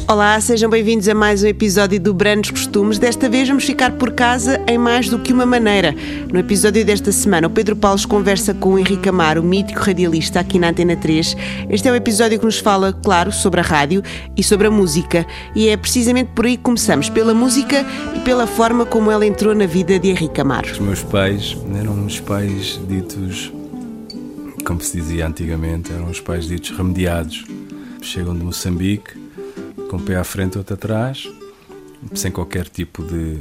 Olá, sejam bem-vindos a mais um episódio do Brandos Costumes. Desta vez vamos ficar por casa em mais do que uma maneira. No episódio desta semana, o Pedro Paulo conversa com o Henrique Amaro, o mítico radialista aqui na Antena 3. Este é o episódio que nos fala, claro, sobre a rádio e sobre a música. E é precisamente por aí que começamos, pela música e pela forma como ela entrou na vida de Henrique Amaro. Os meus pais eram uns pais ditos, como se dizia antigamente, eram uns pais ditos remediados. Chegam de Moçambique, com o pé à frente e outro atrás, sem qualquer tipo de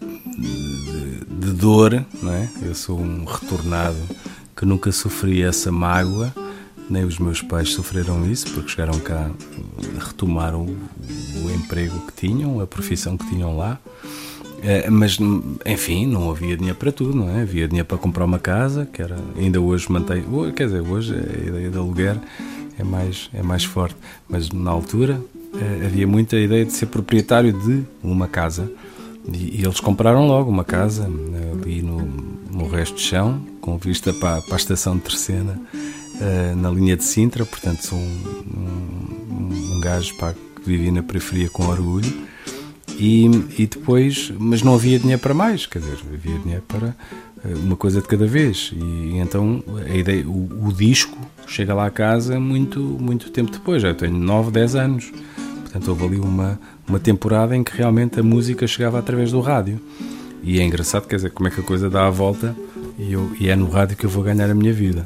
dor, não é? Eu sou um retornado que nunca sofri essa mágoa, nem os meus pais sofreram isso, porque chegaram cá, retomaram o emprego que tinham, a profissão que tinham lá, mas, enfim, não havia dinheiro para tudo, não é? Havia dinheiro para comprar uma casa, que era, ainda hoje mantém, quer dizer, hoje a ideia de aluguer é mais forte, mas na altura havia muita ideia de ser proprietário de uma casa e eles compraram logo uma casa ali no resto de chão, com vista para a estação de Terceira, na linha de Sintra. Portanto sou um gajo que vivia na periferia com orgulho e depois, mas não havia dinheiro para mais, quer dizer, havia dinheiro para uma coisa de cada vez e então a ideia, o disco chega lá a casa muito tempo depois. Já eu tenho 9, 10 anos. Portanto, houve ali uma temporada em que realmente a música chegava através do rádio. E é engraçado, quer dizer, como é que a coisa dá a volta e é no rádio que eu vou ganhar a minha vida.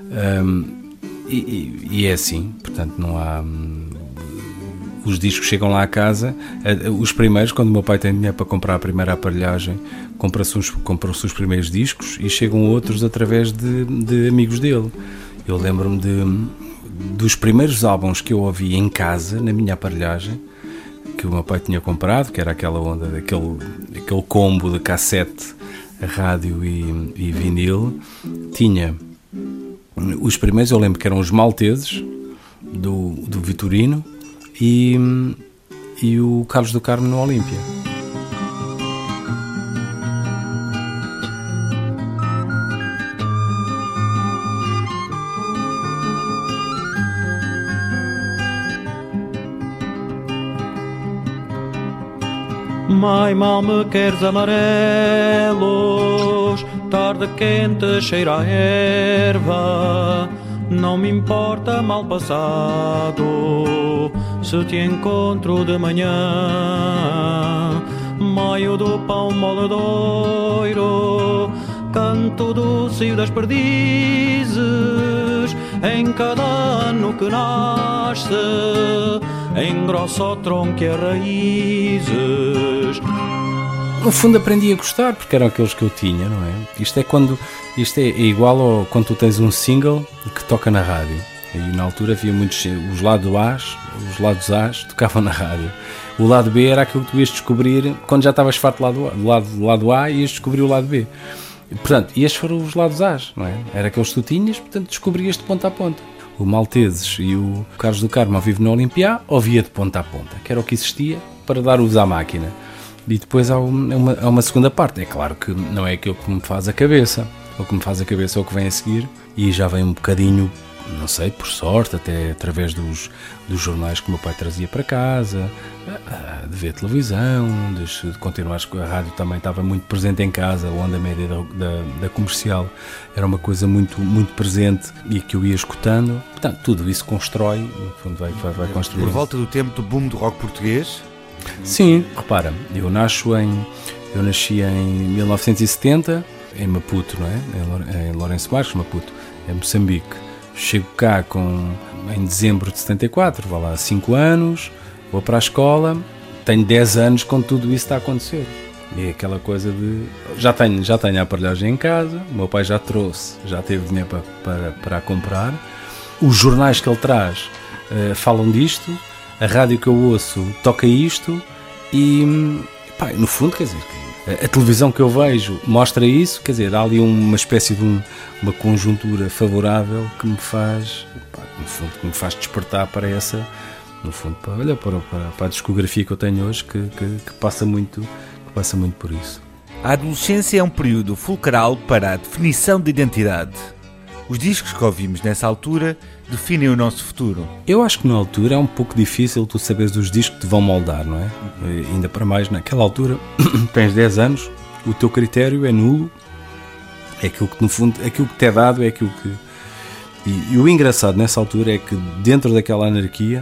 E é assim, portanto, não há... Os discos chegam lá a casa, os primeiros, quando o meu pai tem dinheiro para comprar a primeira aparelhagem, compram-se os primeiros discos e chegam outros através de amigos dele. Eu lembro-me dos primeiros álbuns que eu ouvi em casa, na minha aparelhagem, que o meu pai tinha comprado, que era aquela onda, aquele combo de cassete, rádio e vinil. Tinha os primeiros, eu lembro que eram os Malteses, do Vitorino, e o Carlos do Carmo no Olímpia. Mai mal me queres amarelos, tarde quente cheira a erva. Não me importa mal passado, se te encontro de manhã. Maio do pão moledoiro, canto do cio das perdizes. Em cada ano que nasce, engrossa o tronco e as raízes. No fundo aprendi a gostar, porque eram aqueles que eu tinha, não é? Isto é igual ao quando tu tens um single que toca na rádio. E na altura havia muitos, os lados A's tocavam na rádio. O lado B era aquilo que tu ias descobrir quando já estavas farto do lado A e ias descobrir o lado B. Portanto, e estes foram os lados A's, não é? Era aqueles que tu tinhas, portanto descobrias de ponta a ponta. O Malteses e o Carlos do Carmo ao vivo no Olimpiá, ouvia de ponta a ponta, que era o que existia para dar uso à máquina. E depois há uma segunda parte. É claro que não é aquilo que me faz a cabeça. O que me faz a cabeça é o que vem a seguir. E já vem um bocadinho, não sei, por sorte, até através dos jornais que o meu pai trazia para casa, de ver televisão, de continuar. A rádio também estava muito presente em casa. A onda média da comercial era uma coisa muito, muito presente e que eu ia escutando. Portanto, tudo isso constrói, no fundo vai construir. Por volta do tempo do boom do rock português? Sim, repara, eu nasci em 1970, em Maputo, não é? Em Lourenço Marques, Maputo, em Moçambique. Chego cá em dezembro de 74, vou lá há 5 anos, vou para a escola, tenho 10 anos quando tudo isso está a acontecer. E é aquela coisa de... Já tenho a aparelhagem em casa, o meu pai já teve dinheiro para a comprar. Os jornais que ele traz falam disto. A rádio que eu ouço toca isto e, pá, no fundo, quer dizer, a televisão que eu vejo mostra isso, quer dizer, há ali uma espécie de uma conjuntura favorável que me faz, pá, no fundo, que me faz despertar para essa, no fundo, para a discografia que eu tenho hoje, que passa muito por isso. A adolescência é um período fulcral para a definição de identidade. Os discos que ouvimos nessa altura definem o nosso futuro. Eu acho que na altura é um pouco difícil tu saberes os discos que te vão moldar, não é? E ainda para mais, naquela altura, tens 10 anos, o teu critério é nulo, é aquilo que no fundo, aquilo que te é dado, é aquilo que... E o engraçado nessa altura é que dentro daquela anarquia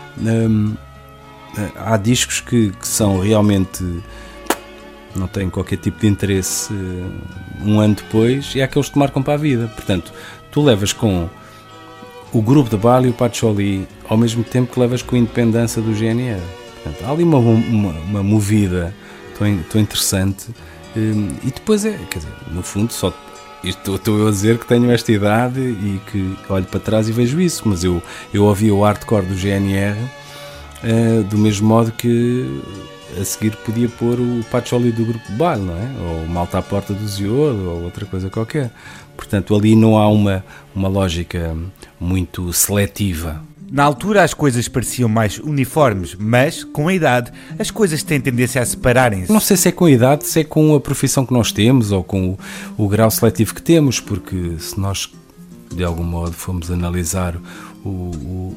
há discos que são realmente... não têm qualquer tipo de interesse um ano depois, e há aqueles que te marcam para a vida. Portanto, tu levas com o grupo de Bali e o Pacholi ao mesmo tempo que levas com a Independência do GNR. Portanto, há ali uma movida tão interessante, e depois quer dizer, no fundo só estou eu a dizer que tenho esta idade e que olho para trás e vejo isso, mas eu ouvi o hardcore do GNR do mesmo modo que a seguir podia pôr o Pacholi do grupo de baile, não é? Ou Malta à Porta do Ziodo, ou outra coisa qualquer. Portanto, ali não há uma lógica muito seletiva. Na altura as coisas pareciam mais uniformes, mas com a idade as coisas têm tendência a separarem-se. Não sei se é com a idade, se é com a profissão que nós temos ou com o grau seletivo que temos, porque se nós de algum modo formos analisar o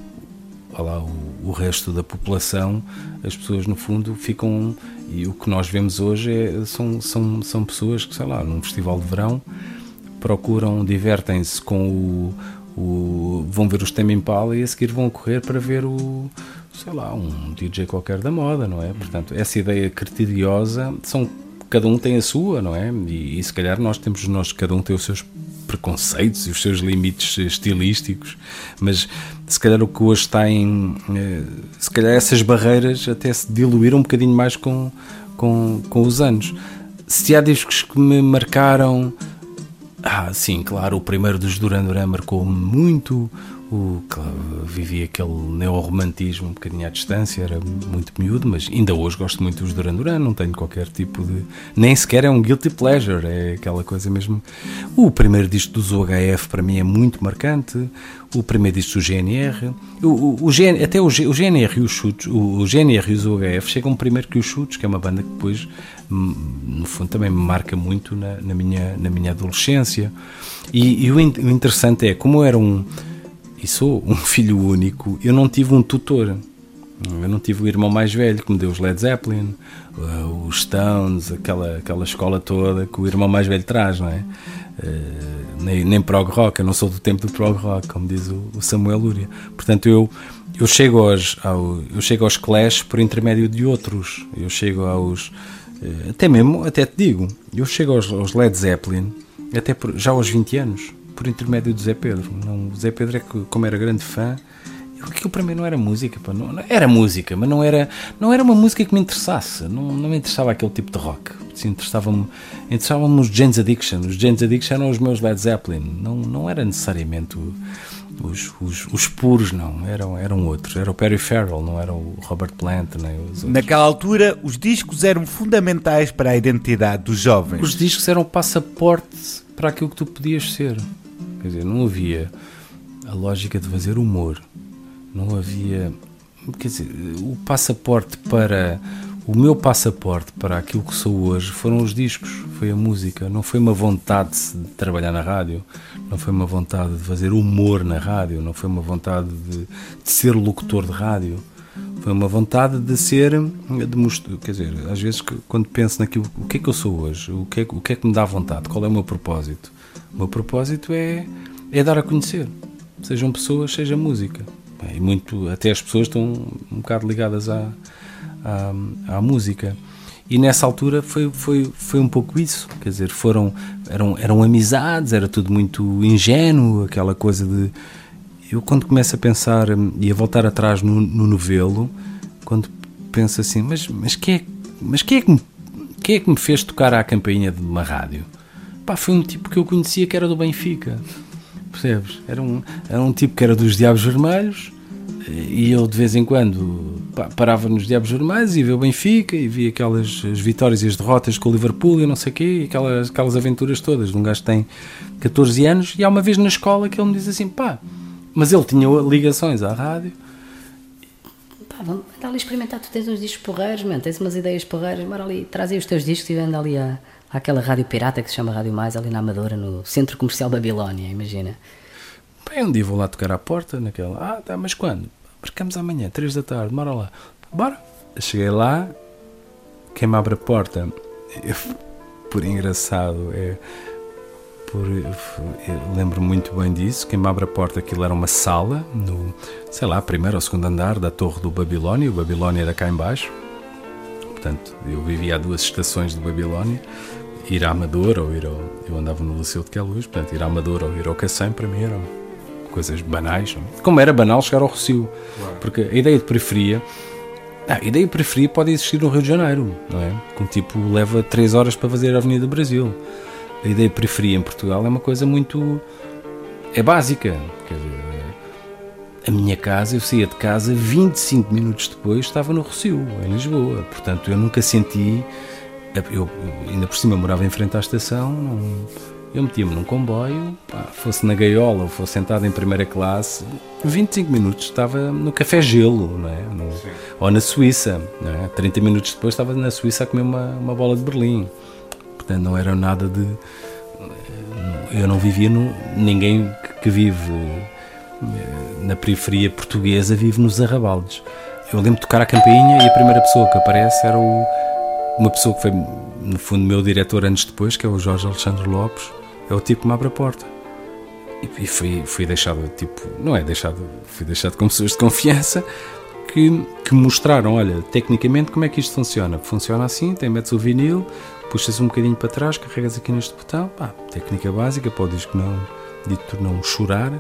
resto da população, as pessoas no fundo ficam, e o que nós vemos hoje são pessoas que, sei lá, num festival de verão procuram, divertem-se com vão ver os Tame Impala e a seguir vão correr para ver um DJ qualquer da moda, não é? Portanto, essa ideia criteriosa, cada um tem a sua, não é? E se calhar cada um tem os seus preconceitos e os seus limites estilísticos, mas se calhar o que hoje está se calhar essas barreiras até se diluíram um bocadinho mais com os anos. Se há discos que me marcaram, sim, claro, o primeiro dos Duran Duran marcou-me muito. Vivi aquele neorromantismo um bocadinho à distância, era muito miúdo, mas ainda hoje gosto muito dos Duran Duran, não tenho qualquer tipo de... nem sequer é um guilty pleasure, é aquela coisa mesmo. O primeiro disco dos UHF para mim é muito marcante, o primeiro disco do GNR, até o GNR e os Chutes, o GNR e os UHF chegam primeiro que os Chutes, que é uma banda que depois, no fundo, também me marca muito na minha adolescência. E o interessante é, como eu era e sou um filho único, eu não tive um tutor, eu não tive o irmão mais velho que me deu os Led Zeppelin, os Stones, aquela escola toda que o irmão mais velho traz, não é? Nem prog rock, eu não sou do tempo do prog rock, como diz o Samuel Lúria. Portanto, eu chego aos Clash por intermédio de outros, eu chego até te digo, eu chego aos Led Zeppelin já aos 20 anos, por intermédio do Zé Pedro. O Zé Pedro, como era grande fã, aquilo para mim não era música, não era música, mas não era uma música que me interessasse, não me interessava aquele tipo de rock. Assim, interessavam-me os Jane's Addiction. Os Jane's Addiction eram os meus Led Zeppelin, não era necessariamente os puros, não, eram outros, era o Perry Farrell, não era o Robert Plant, nem os outros. Naquela altura os discos eram fundamentais para a identidade dos jovens. Os discos eram o passaporte para aquilo que tu podias ser. Quer dizer, não havia a lógica de fazer humor, não havia, quer dizer, o meu passaporte para aquilo que sou hoje foram os discos, foi a música, não foi uma vontade de trabalhar na rádio, não foi uma vontade de fazer humor na rádio, não foi uma vontade de ser locutor de rádio, foi uma vontade de ser, quer dizer, às vezes quando penso naquilo, o que é que eu sou hoje, o que é que me dá vontade, qual é o meu propósito? O meu propósito é dar a conhecer, sejam pessoas, seja música. E muito, até as pessoas estão um bocado ligadas à música. E nessa altura foi um pouco isso, quer dizer, eram amizades, era tudo muito ingênuo, aquela coisa de... Eu quando começo a pensar e a voltar atrás no novelo, quando penso assim, mas quem é que me fez tocar à campainha de uma rádio? Foi um tipo que eu conhecia que era do Benfica, percebes? Era um tipo que era dos Diabos Vermelhos, e eu de vez em quando parava nos Diabos Vermelhos e via o Benfica e via as vitórias e as derrotas com o Liverpool e não sei o quê, aquelas aventuras todas de um gajo que tem 14 anos, e há uma vez na escola que ele me diz assim, mas ele tinha ligações à rádio. Vamos ali experimentar, tu tens uns discos porreiros, tens umas ideias porreiras, bora ali, traz aí os teus discos e anda ali a Há aquela rádio pirata que se chama Rádio Mais, ali na Amadora, no Centro Comercial Babilónia, imagina. Bem, um dia vou lá tocar à porta, naquela, tá, mas quando? Marcamos amanhã, 3 da tarde, bora lá. Bora! Cheguei lá, quem me abre a porta, por engraçado, eu lembro muito bem disso, quem me abre a porta, aquilo era uma sala, no, sei lá, primeiro ou segundo andar da Torre do Babilónia, o Babilónia era cá em baixo, portanto, eu vivia a 2 estações do Babilónia, ir à Amadora ou eu andava no Liceu de Queluz, portanto, ir à Amadora ou ir ao Cacém, para mim eram coisas banais, como era banal chegar ao Rossio, porque a ideia de periferia pode existir no Rio de Janeiro, não é? Com tipo, leva 3 horas para fazer a Avenida do Brasil. A ideia de periferia em Portugal é uma coisa muito... é básica. Quer dizer, a minha casa, eu saía de casa 25 minutos depois estava no Rossio, em Lisboa. Portanto, eu nunca senti... Eu ainda por cima morava em frente à estação, eu metia-me num comboio, fosse na gaiola ou fosse sentado em primeira classe, 25 minutos estava no Café Gelo, não é? Ou na Suíça, não é? 30 minutos depois estava na Suíça a comer uma bola de Berlim. Portanto, não era nada de... Eu não vivia ninguém que vive na periferia portuguesa vive nos arrabaldes. Eu lembro de tocar a campainha e a primeira pessoa que aparece era uma pessoa que foi, no fundo, meu diretor anos depois, que é o Jorge Alexandre Lopes. É o tipo que me abre a porta. E fui deixado, tipo, não é deixado, fui deixado com pessoas de confiança que me mostraram, olha, tecnicamente como é que isto funciona. Funciona assim, metes o vinil, puxas um bocadinho para trás, carregas aqui neste botão, técnica básica para o disco não chorar.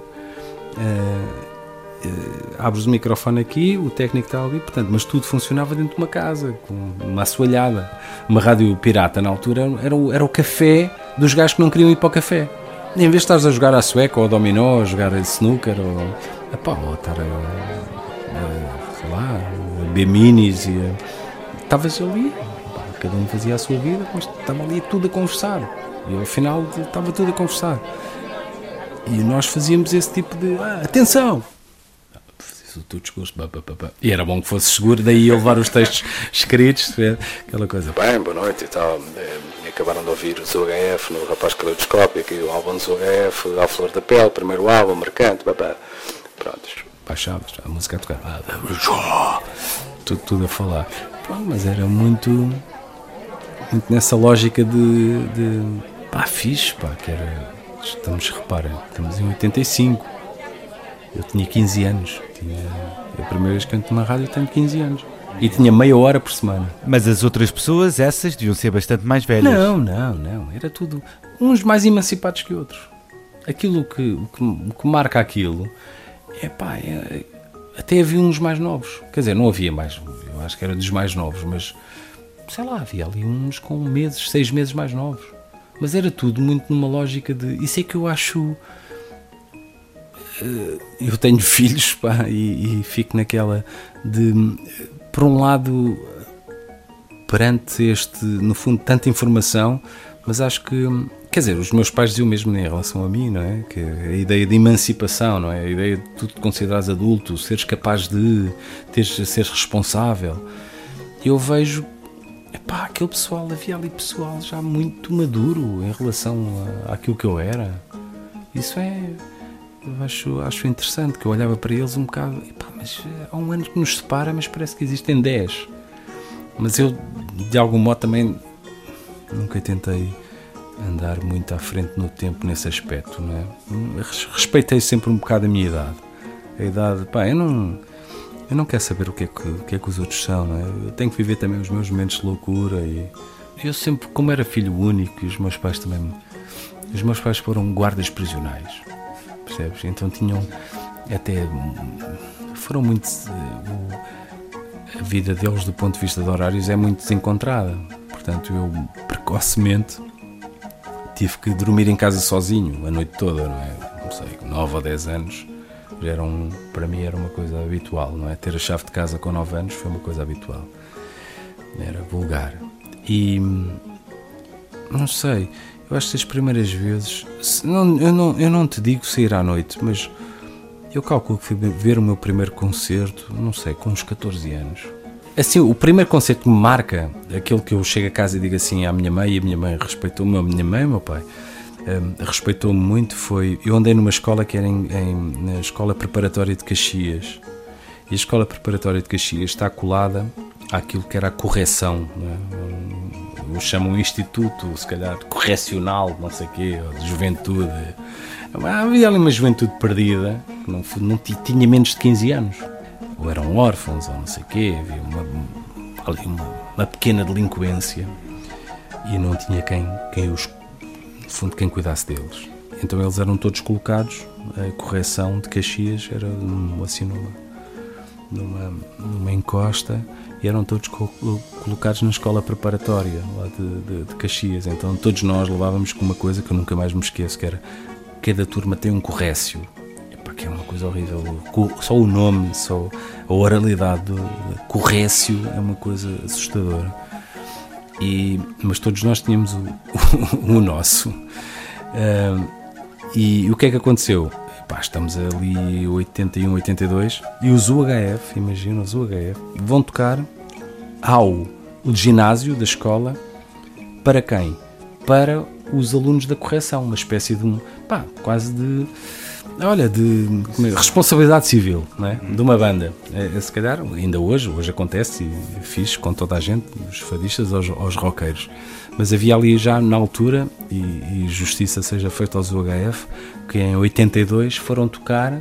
Abres o microfone aqui, o técnico está ali, portanto, mas tudo funcionava dentro de uma casa, com uma assoalhada. Uma rádio pirata na altura era o café dos gajos que não queriam ir para o café. Em vez de estares a jogar à sueca ou a dominó, a jogar a snooker ou estar sei lá, a B-minis, estavas ali, cada um fazia a sua vida, mas estava ali tudo a conversar. E ao final estava tudo a conversar. E nós fazíamos esse tipo de atenção! O teu discurso, e era bom que fosse seguro, daí eu levar os textos escritos, aquela coisa, bem, boa noite e tal, acabaram de ouvir o ZUHF no Rapaz Caleidoscópio, aqui o álbum do ZUHF, Ao Flor da Pele, primeiro álbum, marcante, pronto, baixavas, a música a tocar, tudo a falar, mas era muito nessa lógica de fixe, que era, estamos em 85, eu tinha 15 anos, a primeira vez que entro na rádio tenho 15 anos. E tinha meia hora por semana. Mas as outras pessoas, essas, deviam ser bastante mais velhas. Não. Era tudo... Uns mais emancipados que outros. Aquilo que marca aquilo... até havia uns mais novos. Quer dizer, não havia mais... Eu acho que era dos mais novos, mas... Sei lá, havia ali uns com 6 meses mais novos. Mas era tudo muito numa lógica de... Isso é que eu acho... Eu tenho filhos, e fico naquela de... Por um lado, perante no fundo, tanta informação, mas acho que, quer dizer, os meus pais diziam mesmo em relação a mim, não é? Que a ideia de emancipação, não é? A ideia de tu te considerares adulto, seres capaz de seres responsável. Eu vejo, aquele pessoal, havia ali pessoal já muito maduro em relação àquilo que eu era. Isso eu acho interessante, que eu olhava para eles um bocado, mas há um ano que nos separa, mas parece que existem 10. Mas eu, de algum modo, também nunca tentei andar muito à frente no tempo nesse aspecto, não é? Respeitei sempre um bocado a minha idade. A idade, eu não quero saber o que é que os outros são, não é? Eu tenho que viver também os meus momentos de loucura e eu sempre, como era filho único, e os meus pais foram guardas prisionais. Percebes? Então foram muito, a vida deles do ponto de vista de horários é muito desencontrada, portanto eu precocemente tive que dormir em casa sozinho a noite toda, não é? Não sei, com 9 ou 10 anos para mim era uma coisa habitual, não é? Ter a chave de casa com 9 anos foi uma coisa habitual, era vulgar. E não sei, eu acho que as primeiras vezes, eu não te digo sair à noite, mas eu calculo que fui ver o meu primeiro concerto, não sei, com uns 14 anos. Assim, o primeiro conceito que me marca, aquele que eu chego a casa e digo assim à minha mãe, e a minha mãe respeitou-me, a minha mãe e o meu pai respeitou-me muito, foi... Eu andei numa escola que era na Escola Preparatória de Caxias, e a Escola Preparatória de Caxias está colada àquilo que era a correção, não é? Chamam um instituto, se calhar, correcional, não sei o quê, ou de juventude. Havia ali uma juventude perdida, que não tinha menos de 15 anos. Ou eram órfãos, ou não sei o quê, havia ali uma pequena delinquência e não tinha quem cuidasse deles. Então eles eram todos colocados, a correção de Caxias era assim numa encosta, e eram todos colocados na escola preparatória lá de Caxias. Então todos nós levávamos com uma coisa que eu nunca mais me esqueço, que era: cada turma tem um corrécio. Que é uma coisa horrível, só o nome, só a oralidade do corrécio é uma coisa assustadora. Mas todos nós tínhamos o nosso. E o que é que aconteceu? Estamos ali 81, 82 e os UHF, imagina, os UHF vão tocar ao ginásio da escola. Para quem? Para os alunos da correção, uma espécie de quase de responsabilidade civil, não é? De uma banda. Se calhar, ainda hoje acontece, e fixe com toda a gente, dos fadistas aos roqueiros. Mas havia ali já na altura, e justiça seja feita aos UHF, que em 82 foram tocar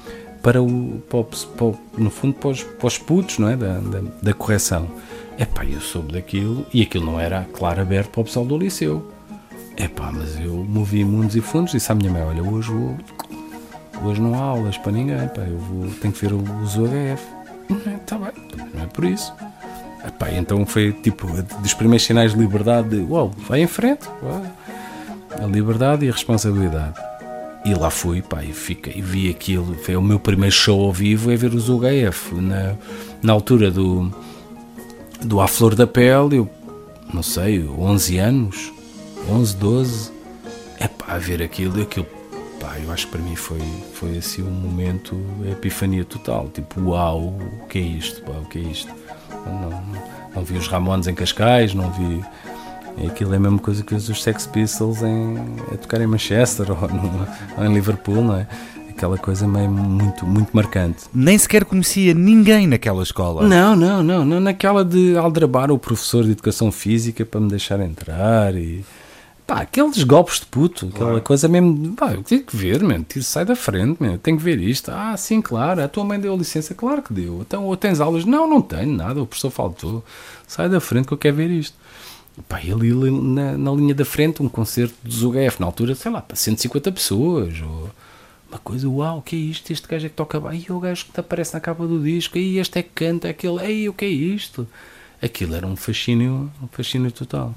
no fundo para os putos, não é? Da correção. Eu soube daquilo, e aquilo não era, claro, aberto para o pessoal do liceu. Mas eu movi mundos e fundos, disse à minha mãe: olha, hoje não há aulas para ninguém, tenho que ver os UHF. Está bem, não é por isso. Então foi tipo dos primeiros sinais de liberdade, vai em frente, a liberdade e a responsabilidade. E lá fui, e vi aquilo. Foi o meu primeiro show ao vivo, ver os UHF na altura do À Flor da Pele. Eu não sei, 11 anos, 11, 12, a ver aquilo, eu acho que para mim foi assim um momento, epifania total, tipo, uau, o que é isto, o que é isto? Não vi os Ramones em Cascais, não vi... Aquilo é a mesma coisa que os Sex Pistols a tocar em Manchester ou em Liverpool, não é? Aquela coisa meio muito, muito marcante. Nem sequer conhecia ninguém naquela escola. Não, naquela de aldrabar o professor de Educação Física para me deixar entrar e... aqueles golpes de puto, aquela coisa mesmo, eu tenho que ver, sai da frente, tenho que ver isto. Sim, claro, a tua mãe deu licença, claro que deu. Então, ou tens aulas? Não tenho nada, o professor faltou. Sai da frente que eu quero ver isto. E ali na linha da frente, um concerto dos UHF, na altura, sei lá, para 150 pessoas, ou uma coisa, uau, o que é isto? Este gajo é que toca bem, o gajo que te aparece na capa do disco, e este é que canta, aquele, o que é isto? Aquilo era um fascínio total.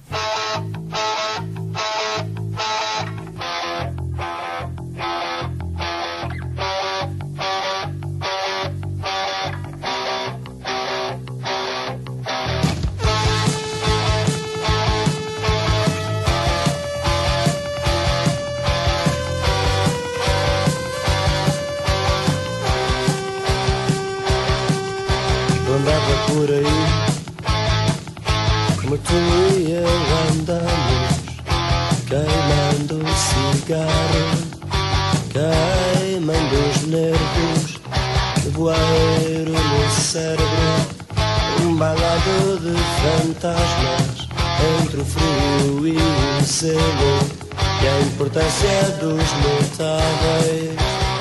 Andava por aí, como tu e eu andamos, queimando cigarro, queimando os nervos, voeiro no cérebro, bailado de fantasmas, entre o frio e o selo, e a importância dos notáveis.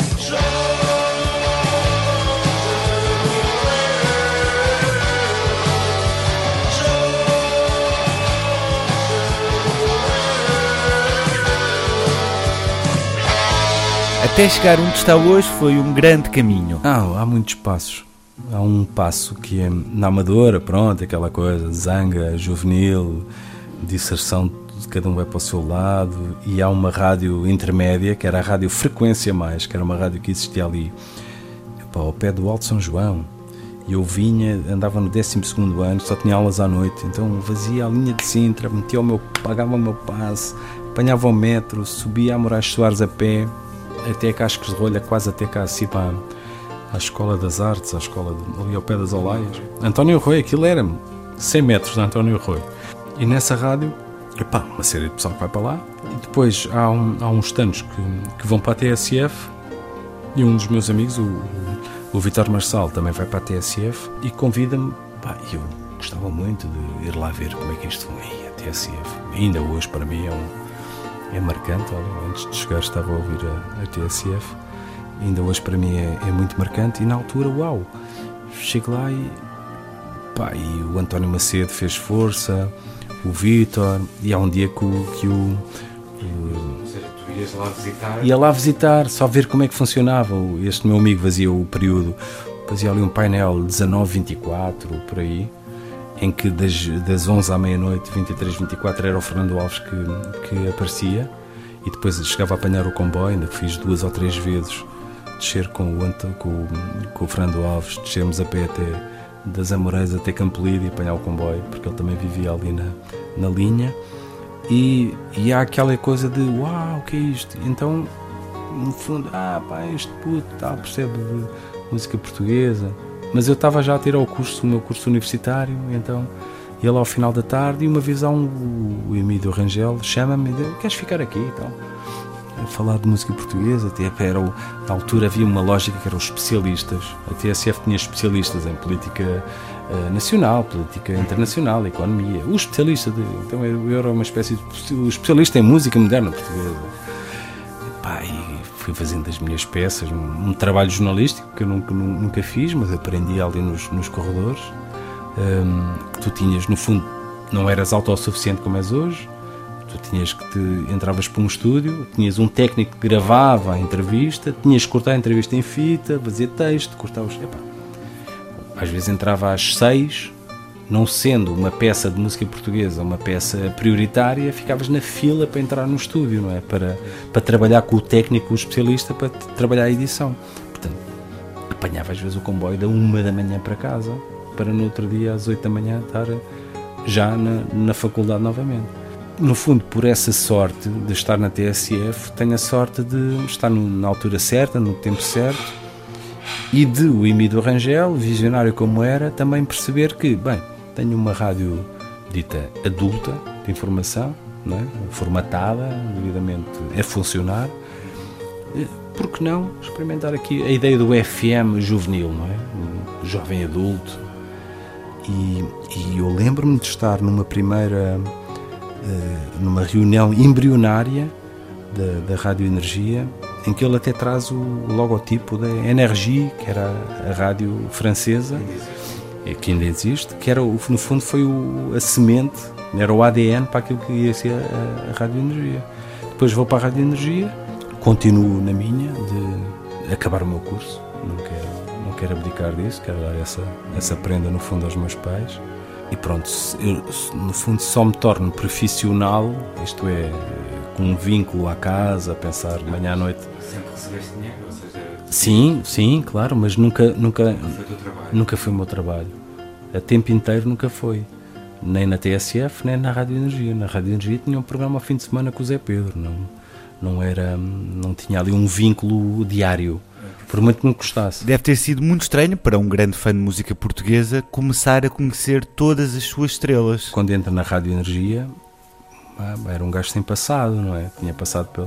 Até chegar onde está hoje foi um grande caminho. Há muitos passos. Há um passo que é na Amadora, pronto, aquela coisa, zanga, juvenil, disserção, cada um vai para o seu lado, e há uma rádio intermédia, que era a Rádio Frequência Mais, que era uma rádio que existia ali, ao pé do Alto São João, e eu andava no 12º ano, só tinha aulas à noite, então fazia a linha de Sintra, pagava o meu passe, apanhava o metro, subia a Moraes Soares a pé, até Cascos de Rolha, quase até cá acima à Escola das Artes, ali ao pé das Olaias. António Rui, aquilo era 100 metros de António Rui. E nessa rádio, uma série de pessoal que vai para lá. E depois há uns tantos que vão para a TSF, e um dos meus amigos, o Vítor Marçal, também vai para a TSF e convida-me. Eu gostava muito de ir lá ver como é que isto foi, a TSF. Ainda hoje, para mim, é marcante. Olha, antes de chegar estava a ouvir a TSF. Ainda hoje, para mim, é muito marcante. E na altura, uau! Chego lá e o António Macedo fez força, o Vítor, e há um dia que o Tu ias lá visitar? Ia lá visitar, só ver como é que funcionava. Este meu amigo fazia o período, fazia ali um painel 19-24, por aí, em que das 11 à meia-noite, 23-24, era o Fernando Alves que aparecia, e depois chegava a apanhar o comboio, ainda fiz 2 ou 3 vezes, descer com o Fernando Alves, descermos a pé até das Amoreiras até Campolide e apanhar o comboio, porque ele também vivia ali na linha. E há aquela coisa de uau, o que é isto? Então, no fundo, este puto percebe de música portuguesa. Mas eu estava já a ter o meu curso universitário, então ele ao final da tarde, e uma vez o Emílio Rangel chama-me e diz: queres ficar aqui? Então, a falar de música portuguesa. Na altura havia uma lógica que eram os especialistas. A TSF tinha especialistas em política nacional, política internacional, economia. O especialista então eu era uma espécie de especialista em música moderna portuguesa. E fui fazendo as minhas peças, um trabalho jornalístico que eu nunca fiz, mas aprendi ali nos corredores. Que tu tinhas, no fundo, não eras autossuficiente como és hoje. Tu tinhas entravas para um estúdio, tinhas um técnico que gravava a entrevista, tinhas que cortar a entrevista em fita, fazer texto, cortar os... Às vezes entrava às 6, não sendo uma peça de música portuguesa uma peça prioritária, ficavas na fila para entrar no estúdio, não é? Para trabalhar com o técnico, com o especialista, para trabalhar a edição. Portanto, apanhava às vezes o comboio da 1 da manhã para casa, para no outro dia às 8 da manhã estar já na faculdade novamente. No fundo, por essa sorte de estar na TSF, tenho a sorte de estar na altura certa, no tempo certo, e de o Emílio Rangel, visionário como era, também perceber que, tenho uma rádio dita adulta, de informação, não é? Formatada, devidamente a funcionar, por que não experimentar aqui a ideia do FM juvenil, não é? O jovem adulto. E eu lembro-me de estar numa reunião embrionária da Rádio Energia, em que ele até traz o logotipo da Energie, que era a rádio francesa, que ainda existe, que era, no fundo foi a semente, era o ADN para aquilo que ia ser a Rádio Energia. Depois vou para a Rádio Energia, continuo na minha, de acabar o meu curso, não quero abdicar disso, quero dar essa prenda, no fundo, aos meus pais. E pronto, eu, no fundo, só me torno profissional, isto é, com um vínculo à casa, a pensar manhã à noite. Sempre recebeste dinheiro? Ou seja, sim, claro, mas nunca foi o teu trabalho? Nunca foi o meu trabalho. A tempo inteiro nunca foi. Nem na TSF, nem na Rádio Energia. Na Rádio Energia tinha um programa ao fim de semana com o Zé Pedro. Não tinha ali um vínculo diário, por muito que me gostasse. Deve ter sido muito estranho para um grande fã de música portuguesa começar a conhecer todas as suas estrelas. Quando entra na Rádio Energia, era um gajo sem passado, não é? Tinha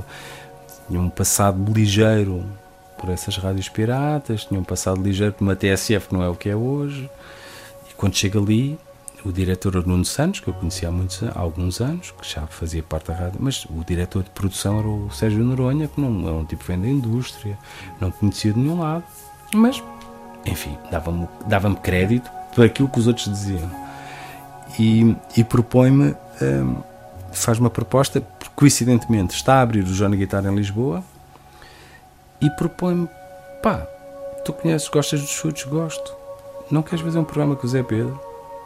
um passado ligeiro por essas rádios piratas, tinha um passado ligeiro por uma TSF que não é o que é hoje. E quando chega ali, o diretor Nuno Santos, que eu conhecia há alguns anos, que já fazia parte da rádio, mas o diretor de produção era o Sérgio Noronha, que não era um tipo que vem da indústria, não conhecia de nenhum lado, mas, enfim, dava-me crédito por aquilo que os outros diziam. E propõe-me, faz uma proposta, porque coincidentemente está a abrir o Johnny Guitar em Lisboa, e propõe-me: tu conheces, gostas dos chutes? Gosto. Não queres fazer um programa com o Zé Pedro?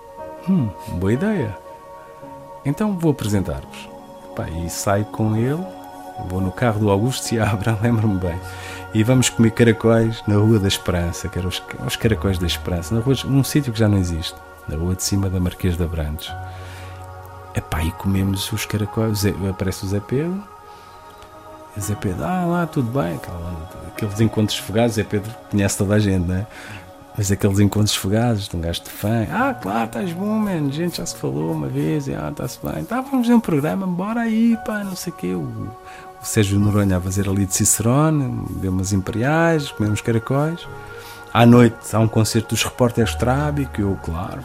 Boa ideia. Então vou apresentar-vos. E saio com ele, vou no carro do Augusto Seabra, lembro-me bem, e vamos comer caracóis na Rua da Esperança, que eram os caracóis da Esperança, num sítio que já não existe, na rua de cima da Marquês de Abrantes. E comemos os caracóis. Aparece o Zé Pedro, Zé Pedro, lá, tudo bem, aqueles encontros fugazes, Zé Pedro conhece toda a gente, não é? Mas aqueles encontros fugazes de um gajo de fã, claro, estás bom, man, a gente já se falou uma vez, está-se bem, vamos ver um programa, bora aí, pá, não sei o quê. O Sérgio Noronha a fazer ali de Cicerone, deu umas imperiais, comemos caracóis. À noite há um concerto dos Repórteres Trabi, que eu, claro,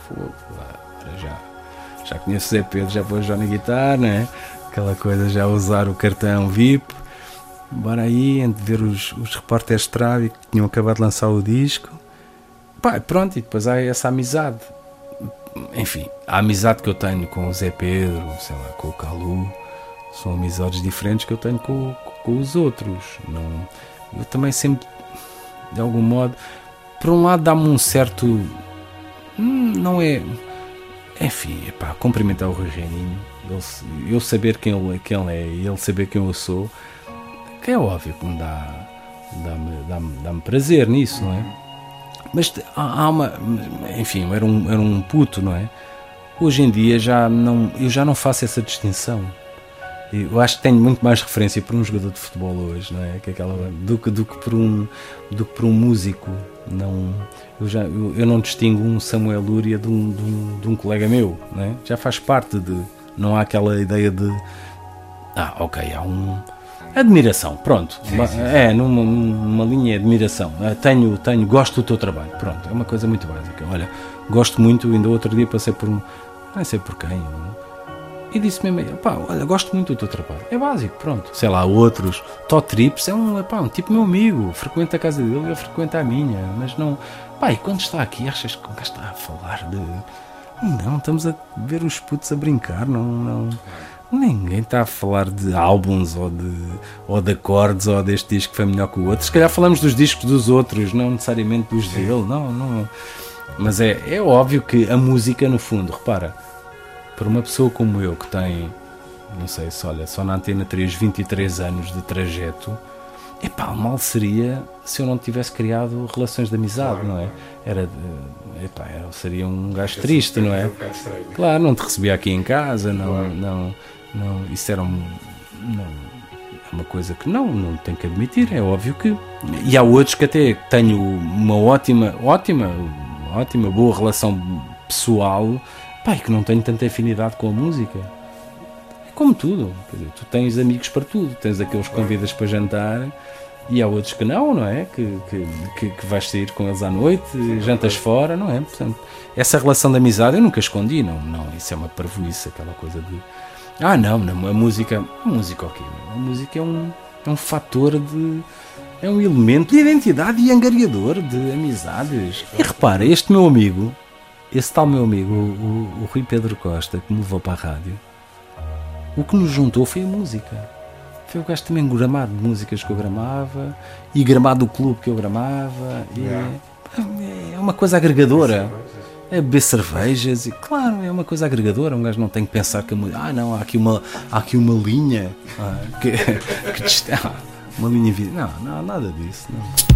já conheço o Zé Pedro, já vou já na guitarra, não é? Aquela coisa, já usar o cartão VIP. Bora aí, entre ver os Repórteres Trabi que tinham acabado de lançar o disco. Pá, pronto, e depois há essa amizade. Enfim, a amizade que eu tenho com o Zé Pedro, sei lá, com o Calu, são amizades diferentes que eu tenho com os outros. Eu também sempre, de algum modo, por um lado dá-me um certo... não é... Enfim, cumprimentar o Rui Reininho, eu saber quem ele é e ele saber quem eu sou, que é óbvio que me dá-me prazer nisso, não é? Mas há uma... Enfim, eu era um puto, não é? Hoje em dia eu já não faço essa distinção. Eu acho que tenho muito mais referência por um jogador de futebol hoje, não é? Do que por um músico. Eu não distingo um Samuel Lúria de um colega meu, não é? Já faz parte de... Não há aquela ideia de... ok, há admiração, pronto. Sim. Numa linha de admiração. Gosto do teu trabalho, pronto. É uma coisa muito básica. Olha, gosto muito, ainda outro dia passei por não sei por quem, não é? E disse mesmo, olha, gosto muito do teu trabalho. É básico, pronto. Sei lá, outros. Todd Trips é um tipo meu amigo. Frequenta a casa dele e eu frequento a minha. Mas não... e quando está aqui, achas que o gajo está a falar de... Não, estamos a ver os putos a brincar. Não. Ninguém está a falar de álbuns ou de acordes ou deste disco que foi melhor que o outro. Se calhar falamos dos discos dos outros, não necessariamente dos dele. Não. Mas é óbvio que a música, no fundo, repara, para uma pessoa como eu que tem, não sei se olha, só na Antena 3 23 anos de trajeto, mal seria se eu não tivesse criado relações de amizade, não é? Eu seria um gajo triste, não é? Claro, não te recebia aqui em casa, não, isso era uma coisa que não tenho que admitir, é óbvio que... E há outros que até tenho uma ótima, boa relação pessoal, e que não tenho tanta afinidade com a música. É como tudo, quer dizer, tu tens amigos para tudo, tens aqueles que convidas para jantar e há outros que não é? Que vais sair com eles à noite, jantas fora, não é? Portanto, essa relação de amizade eu nunca escondi, não, isso é uma parvoíce, aquela coisa de... a música ok, a música é um fator de... é um elemento de identidade e angariador de amizades. E repara, esse tal meu amigo, o Rui Pedro Costa, que me levou para a rádio, o que nos juntou foi a música. Foi o gajo também gramado de músicas que eu gramava e gramado do clube que eu gramava. É uma coisa agregadora. É beber cervejas e, claro, é uma coisa agregadora. Um gajo não tem que pensar que a música... há aqui uma linha que uma linha... Não, nada disso. Não.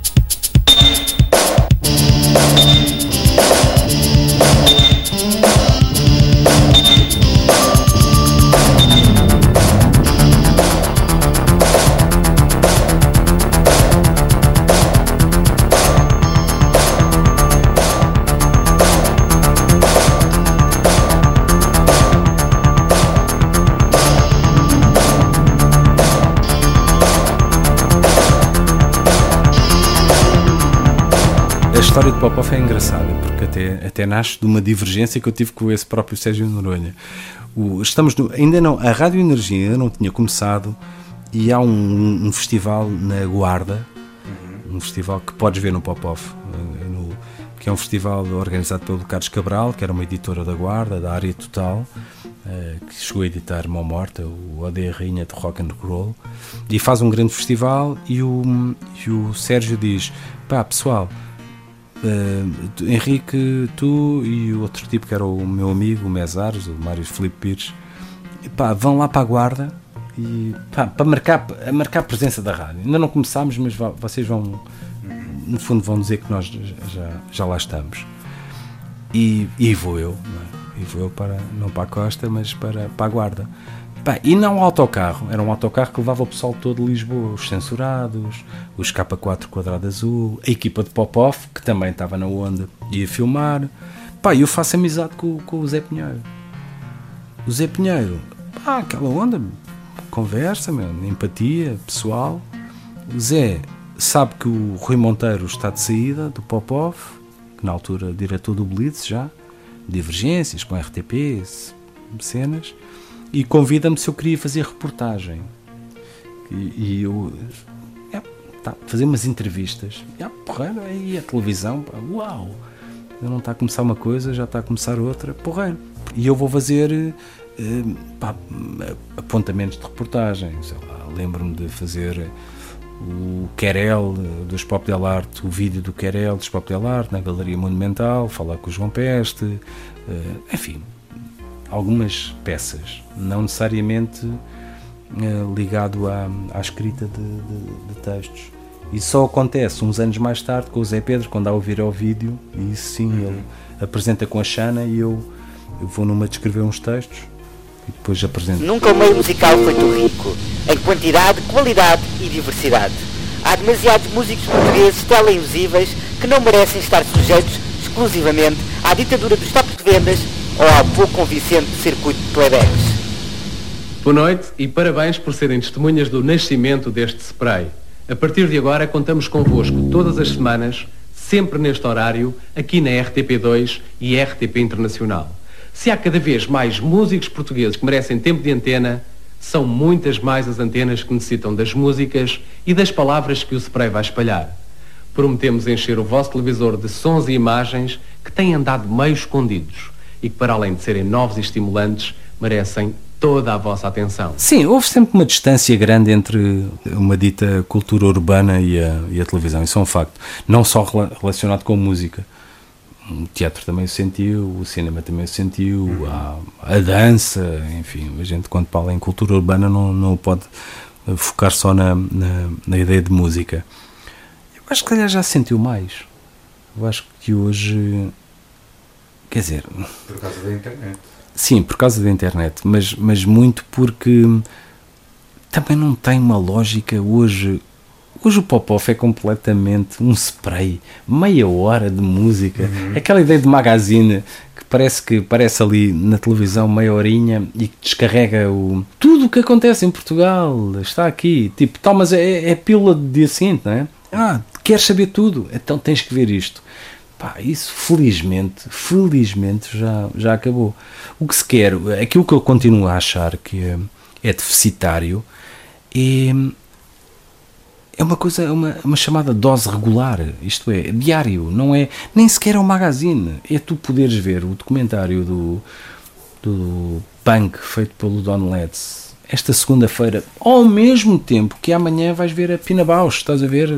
A história de Popov é engraçada, porque até nasce de uma divergência que eu tive com esse próprio Sérgio Noronha. A Rádio Energia ainda não tinha começado e há um festival na Guarda, um festival que podes ver no Popov, que é um festival organizado pelo Carlos Cabral, que era uma editora da Guarda, da Área Total, que chegou a editar Mão Morta, o Odeia Rainha de Rock and Roll, e faz um grande festival e o Sérgio diz, pessoal, Henrique, tu e o outro tipo que era o meu amigo, o Mesares, o Mário Filipe Pires, vão lá para a Guarda e, para marcar a presença da rádio. Ainda não começámos, mas vocês vão, no fundo, vão dizer que nós já lá estamos. E vou eu, não é? E vou eu não para a Costa, mas para a Guarda. E não o autocarro, era um autocarro que levava o pessoal todo de Lisboa, os censurados, os K4 quadrado azul, a equipa de Pop-Off, que também estava na onda, ia filmar. Eu faço amizade com o Zé Pinheiro. O Zé Pinheiro, aquela onda, conversa, empatia, pessoal. O Zé sabe que o Rui Monteiro está de saída do Pop-Off, que na altura diretor do Blitz já, divergências com a RTP, cenas, e convida-me se eu queria fazer reportagem. E eu fazer umas entrevistas. Porreiro, aí a televisão, uau! Não está a começar uma coisa, já está a começar outra, porreiro. E eu vou fazer apontamentos de reportagem. Sei lá, lembro-me de fazer o Querel dos Pop Del Arte, o vídeo do Querel dos Pop Del Arte na Galeria Monumental, falar com o João Peste, enfim, algumas peças, não necessariamente ligado à escrita de textos. E só acontece uns anos mais tarde com o Zé Pedro, quando há o vir ao vídeo, e isso sim, ele apresenta com a Xana e eu vou numa de escrever uns textos e depois apresento. Nunca o meio musical foi tão rico, em quantidade, qualidade e diversidade. Há demasiados músicos portugueses televisíveis que não merecem estar sujeitos exclusivamente à ditadura dos tops de vendas ou ao pouco convincente circuito de playbacks. Boa noite e parabéns por serem testemunhas do nascimento deste spray. A partir de agora contamos convosco todas as semanas, sempre neste horário, aqui na RTP2 e RTP Internacional. Se há cada vez mais músicos portugueses que merecem tempo de antena, são muitas mais as antenas que necessitam das músicas e das palavras que o spray vai espalhar. Prometemos encher o vosso televisor de sons e imagens que têm andado meio escondidos e que, para além de serem novos e estimulantes, merecem toda a vossa atenção. Sim, houve sempre uma distância grande entre uma dita cultura urbana e a televisão, isso é um facto. Não só relacionado com a música. O teatro também o sentiu, o cinema também o sentiu, a dança, enfim, a gente quando fala em cultura urbana não pode focar só na ideia de música. Eu acho que já sentiu mais. Eu acho que hoje, quer dizer... Por causa da internet. Sim, por causa da internet, mas muito porque também não tem uma lógica hoje. Hoje o Pop-Off é completamente um spray, meia hora de música, aquela ideia de magazine que parece ali na televisão meia horinha e que descarrega tudo o que acontece em Portugal, está aqui, tipo, mas é pílula do dia seguinte, não é? Queres saber tudo? Então tens que ver isto. Isso felizmente já acabou. O que se quer, aquilo que eu continuo a achar que é deficitário é uma coisa, uma chamada dose regular, isto é, diário, não é, nem sequer é um magazine, é tu poderes ver o documentário do Punk feito pelo Don Letts esta segunda-feira, ao mesmo tempo que amanhã vais ver a Pina Bausch, estás a ver?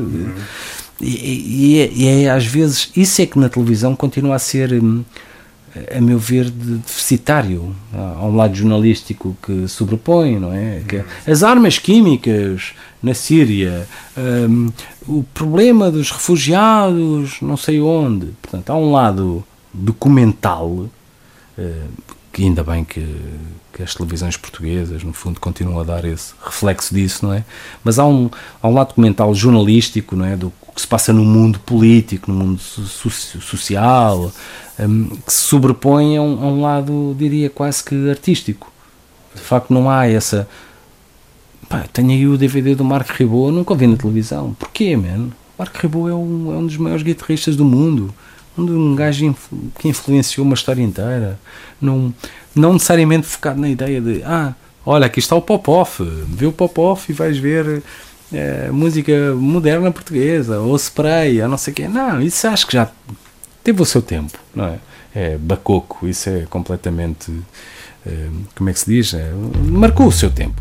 E às vezes isso é que na televisão continua a ser, a meu ver, deficitário. Há um lado jornalístico que sobrepõe, não é? Que as armas químicas na Síria, o problema dos refugiados não sei onde. Portanto, há um lado documental, que ainda bem que as televisões portuguesas, no fundo, continuam a dar esse reflexo disso, não é? Mas há um lado documental jornalístico, não é? Do que se passa no mundo político, no mundo social, que se sobrepõe a um lado, diria, quase que artístico. De facto, não há essa... tenho aí o DVD do Marc Ribot, nunca o vi na televisão. Porquê, man? Marc Ribot é um dos maiores guitarristas do mundo. Um gajo que influenciou uma história inteira. Não necessariamente focado na ideia de olha, aqui está o Pop-Off, vê o Pop-Off e vais ver música moderna portuguesa, ou spray, ou não sei o quê. Não, isso acho que já teve o seu tempo, não é? É bacoco, isso é completamente, como é que se diz? Marcou o seu tempo.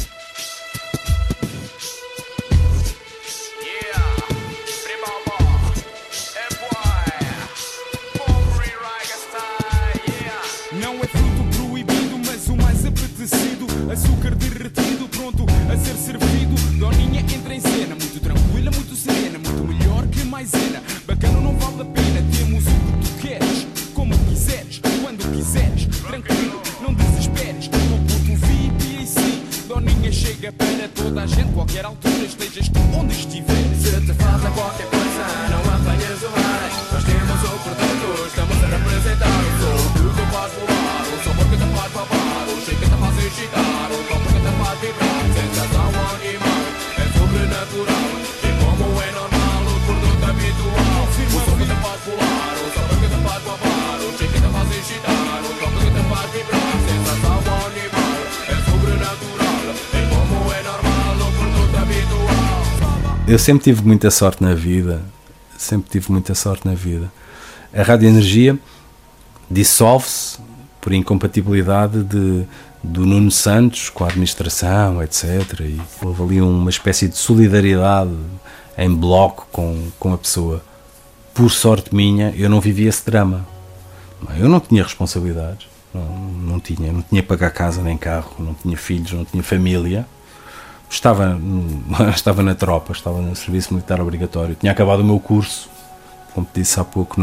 Açúcar derretido, pronto a ser servido. Doninha entra em cena, muito tranquila, muito serena, muito melhor que maisena. Bacana não vale a pena, temos o que tu queres, como quiseres, quando quiseres. Tranquilo, não desesperes, no ponto VIP e é para toda a gente, qualquer altura, estejas tu onde estiver. Se te falta qualquer coisa, não apanhas o mais. Nós temos o produto, estamos a representar o som. Tudo que faz voar, o som porque te faz babar, o shake que te faz excitar, o tom porque te faz vibrar. Sensação animal, é sobrenatural, e como é normal, o produto habitual. O som que te faz voar, o som porque te faz babar, o shake que te faz excitar, o tom porque te faz vibrar. Sensação animal, é sobrenatural, e como é normal, o produto habitual. Eu sempre tive muita sorte na vida, A Rádio Energia dissolve-se por incompatibilidade do Nuno Santos com a administração, etc. E houve ali uma espécie de solidariedade em bloco com a pessoa. Por sorte minha, eu não vivia esse drama. Eu não tinha responsabilidades, não tinha que pagar casa nem carro, não tinha filhos, não tinha família. Estava na tropa, estava no serviço militar obrigatório, tinha acabado o meu curso, como te disse há pouco,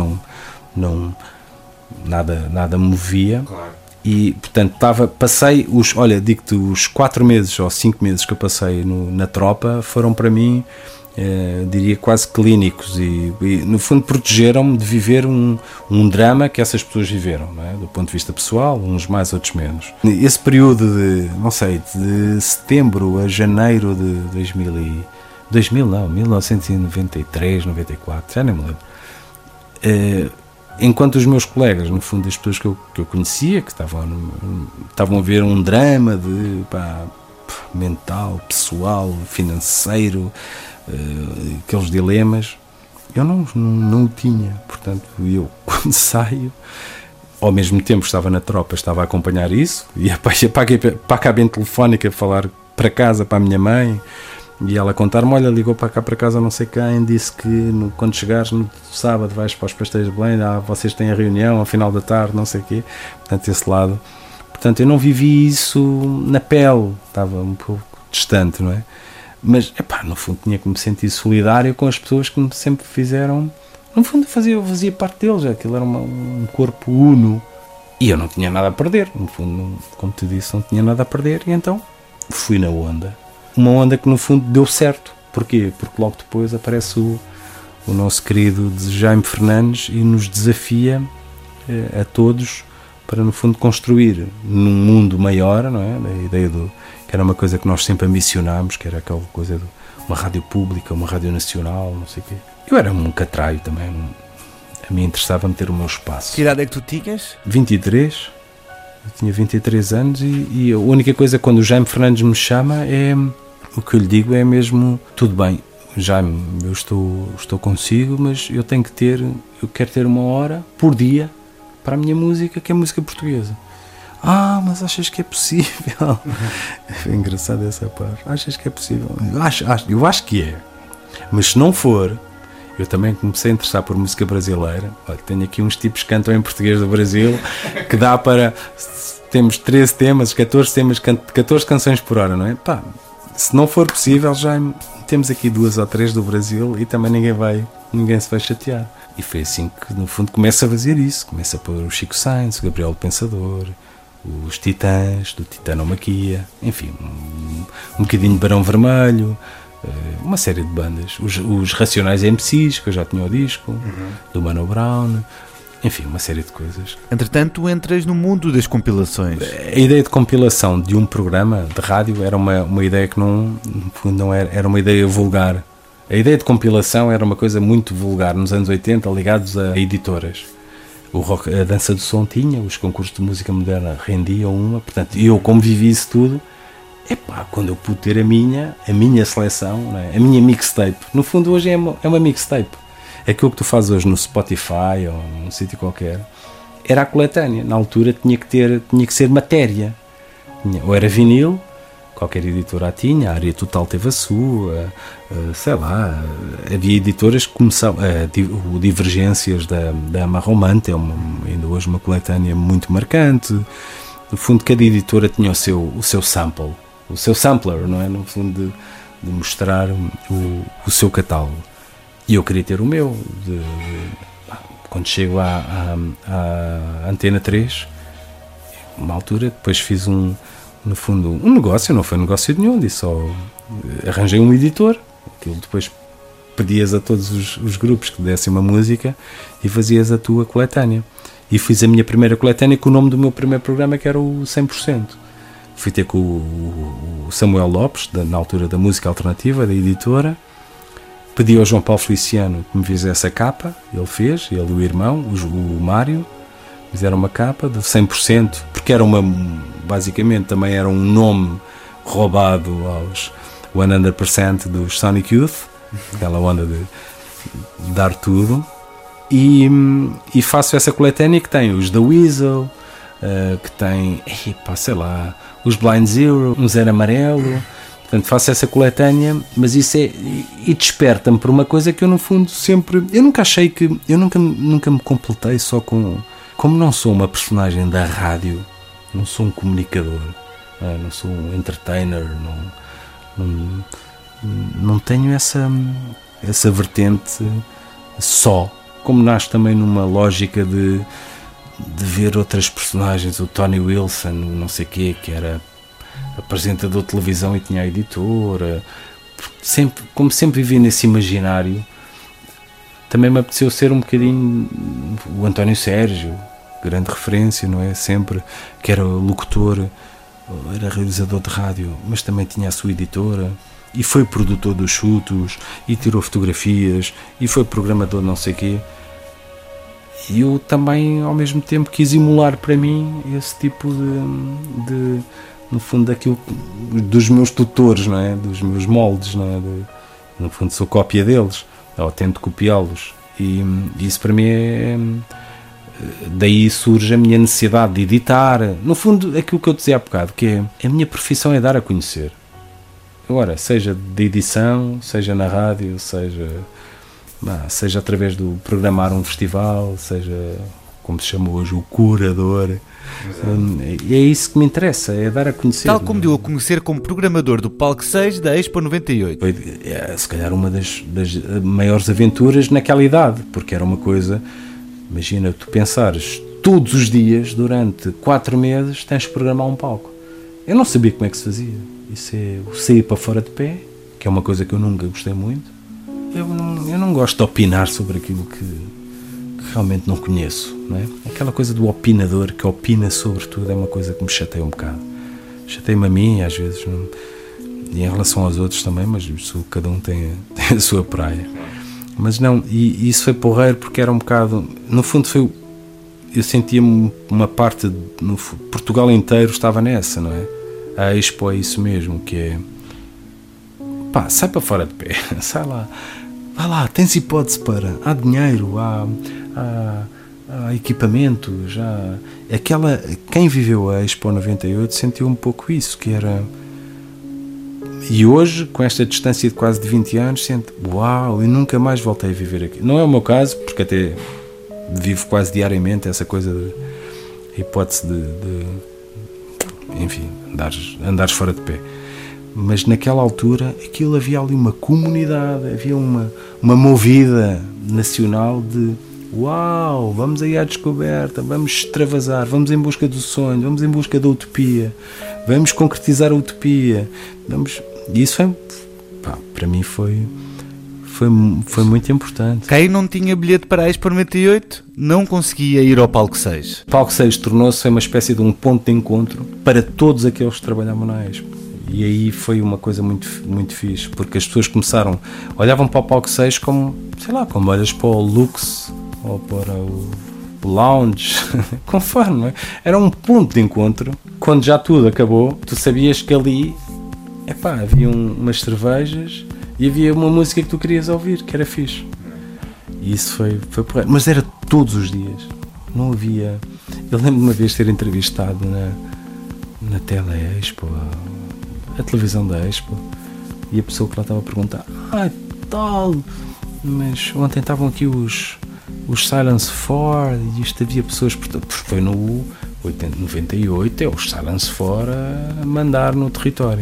nada me movia. Claro. E portanto passei digo-te, os 4 meses ou 5 meses que eu passei na tropa foram para mim, diria, quase clínicos e no fundo protegeram-me de viver um drama que essas pessoas viveram, não é? Do ponto de vista pessoal, uns mais, outros menos. Esse período de setembro a janeiro de 1993, 94, já nem me lembro. Enquanto os meus colegas, no fundo, as pessoas que eu conhecia, que estavam a ver um drama mental, pessoal, financeiro, aqueles dilemas, eu não o tinha. Portanto, eu, quando saio, ao mesmo tempo estava na tropa, estava a acompanhar isso, ia para a cabine telefónica falar para casa, para a minha mãe, e ela contar-me, olha, ligou para cá para casa não sei quem, disse que quando chegares no sábado vais para os Pastéis de Belém, vocês têm a reunião ao final da tarde, não sei o quê. Portanto, esse lado. Portanto, eu não vivi isso na pele, estava um pouco distante, não é? Mas, no fundo, tinha que me sentir solidário com as pessoas que me sempre fizeram. No fundo, eu fazia parte deles, aquilo era um corpo uno. E eu não tinha nada a perder, no fundo, como te disse, não tinha nada a perder, e então fui na onda. Uma onda que, no fundo, deu certo. Porquê? Porque logo depois aparece o nosso querido Jaime Fernandes e nos desafia a todos para, no fundo, construir num mundo maior, não é? A ideia que era uma coisa que nós sempre ambicionámos, que era aquela coisa de uma rádio pública, uma rádio nacional, não sei o quê. Eu era um catraio também, a mim interessava-me ter o meu espaço. Que idade é que tu tinhas? 23. Eu tinha 23 anos e a única coisa, quando o Jaime Fernandes me chama, o que eu lhe digo é mesmo, tudo bem, Jaime, eu estou consigo, mas eu quero ter 1 hora por dia para a minha música, que é música portuguesa. Mas achas que é possível? É engraçado essa parte. Achas que é possível? Eu acho que é. Mas se não for, eu também comecei a interessar por música brasileira. Olha, tenho aqui uns tipos que cantam em português do Brasil, que dá para... Temos 13 temas, 14 temas, 14 canções por hora, não é? Se não for possível, já temos aqui 2 ou 3 do Brasil e também ninguém se vai chatear. E foi assim que, no fundo, começa a fazer isso. Começa a pôr o Chico Sainz, o Gabriel Pensador, os Titãs, do Titanomaquia, enfim, um bocadinho de Barão Vermelho, uma série de bandas. Os Racionais MCs, que eu já tinha o disco, do Mano Brown, enfim, uma série de coisas. Entretanto, entras no mundo das compilações. A ideia de compilação de um programa de rádio era uma ideia que não era uma ideia vulgar. A ideia de compilação era uma coisa muito vulgar nos anos 80, ligados a editoras. A dança do som tinha, os concursos de música moderna rendiam uma, portanto, eu, como vivi isso tudo, quando eu pude ter a minha seleção, não é? A minha mixtape, no fundo hoje é uma mixtape. Aquilo que tu fazes hoje no Spotify ou num sítio qualquer, era a coletânea. Na altura tinha que ser matéria. Ou era vinil, qualquer editora a tinha, a Área Total teve a sua, sei lá, havia editoras que começavam, o Divergências da Amarromante, ainda hoje uma coletânea muito marcante. No fundo, cada editora tinha o seu sample, o seu sampler, não é? No fundo, de mostrar o seu catálogo. E eu queria ter o meu. Quando chego à Antena 3, uma altura, depois fiz um no fundo, um negócio, não foi negócio nenhum, disse só arranjei um editor, aquilo depois pedias a todos os grupos que dessem uma música e fazias a tua coletânea. E fiz a minha primeira coletânea com o nome do meu primeiro programa, que era o 100%. Fui ter com o Samuel Lopes, na altura da música alternativa, da editora. Pedi ao João Paulo Feliciano que me fizesse a capa, ele fez, ele e o irmão, o Mário, fizeram uma capa de 100%, porque era basicamente também era um nome roubado aos 100% dos Sonic Youth, aquela onda de dar tudo. E faço essa coletânea que tem os The Weasel, que tem, sei lá, os Blind Zero, um Zero Amarelo. Portanto, faço essa coletânea, mas isso e desperta-me por uma coisa que eu, no fundo, sempre... Eu nunca achei que... Eu nunca me completei só com... Como não sou uma personagem da rádio, não sou um comunicador, não sou um entertainer, não tenho essa vertente só. Como nasce também numa lógica de ver outras personagens, o Tony Wilson, o não sei quê, que era apresentador de televisão e tinha a editora, como sempre vivi nesse imaginário, também me apeteceu ser um bocadinho o António Sérgio, grande referência, não é? Sempre, que era locutor, era realizador de rádio, mas também tinha a sua editora, e foi produtor dos chutos, e tirou fotografias, e foi programador de não sei quê. E eu também, ao mesmo tempo, quis emular para mim esse tipo de no fundo, daquilo dos meus tutores, não é? Dos meus moldes, não é? No fundo, sou cópia deles, ou tento copiá-los. E isso para mim daí surge a minha necessidade de editar. No fundo, aquilo que eu dizia há bocado, que é a minha profissão é dar a conhecer. Agora, seja de edição, seja na rádio, seja através do programar um festival, seja, como se chama hoje, o curador. É isso que me interessa, é dar a conhecer. Tal como deu a conhecer como programador do Palco 6 da Expo 98. Foi, se calhar, uma das maiores aventuras naquela idade, porque era uma coisa, imagina, tu pensares, todos os dias, durante 4 meses, tens de programar um palco. Eu não sabia como é que se fazia. Isso é o sair para fora de pé, que é uma coisa que eu nunca gostei muito. Eu não gosto de opinar sobre aquilo que realmente não conheço, não é? Aquela coisa do opinador que opina sobre tudo é uma coisa que me chateia um bocado. Chateia-me a mim, às vezes, e em relação aos outros também, mas isso, cada um tem a sua praia. Mas não, e isso foi porreiro porque era um bocado, no fundo eu sentia-me uma parte, Portugal inteiro estava nessa, não é? A Expo é isso mesmo, que é, sai para fora de pé, sai lá, vai lá, tens hipótese há dinheiro, há equipamentos, quem viveu a Expo 98 sentiu um pouco isso, que era, e hoje, com esta distância de quase de 20 anos, sente, uau, eu nunca mais voltei a viver aqui. Não é o meu caso, porque até vivo quase diariamente essa coisa de hipótese enfim, andares fora de pé. Mas naquela altura, havia ali uma comunidade, havia uma movida nacional de uau, vamos aí à descoberta, vamos extravasar, vamos em busca do sonho, vamos em busca da utopia, vamos concretizar a utopia. E isso para mim foi muito importante. Quem não tinha bilhete para a Expo 98 não conseguia ir ao Palco 6. O Palco 6 tornou-se uma espécie de um ponto de encontro para todos aqueles que trabalhavam na Expo. E aí foi uma coisa muito, muito fixe, porque as pessoas olhavam para o Palco 6 como, sei lá, como olhas para o Lux ou para o Lounge, conforme, não é? Era um ponto de encontro. Quando já tudo acabou, tu sabias que ali havia umas cervejas e havia uma música que tu querias ouvir, que era fixe. E isso foi porreiro. Mas era todos os dias. Não havia... Eu lembro de uma vez ter entrevistado na Tele Expo, a televisão da Expo, e a pessoa que lá estava a perguntar, tal, mas ontem estavam aqui os Silence 4, e isto havia pessoas, porque foi no 98, é os Silence 4 a mandar no território.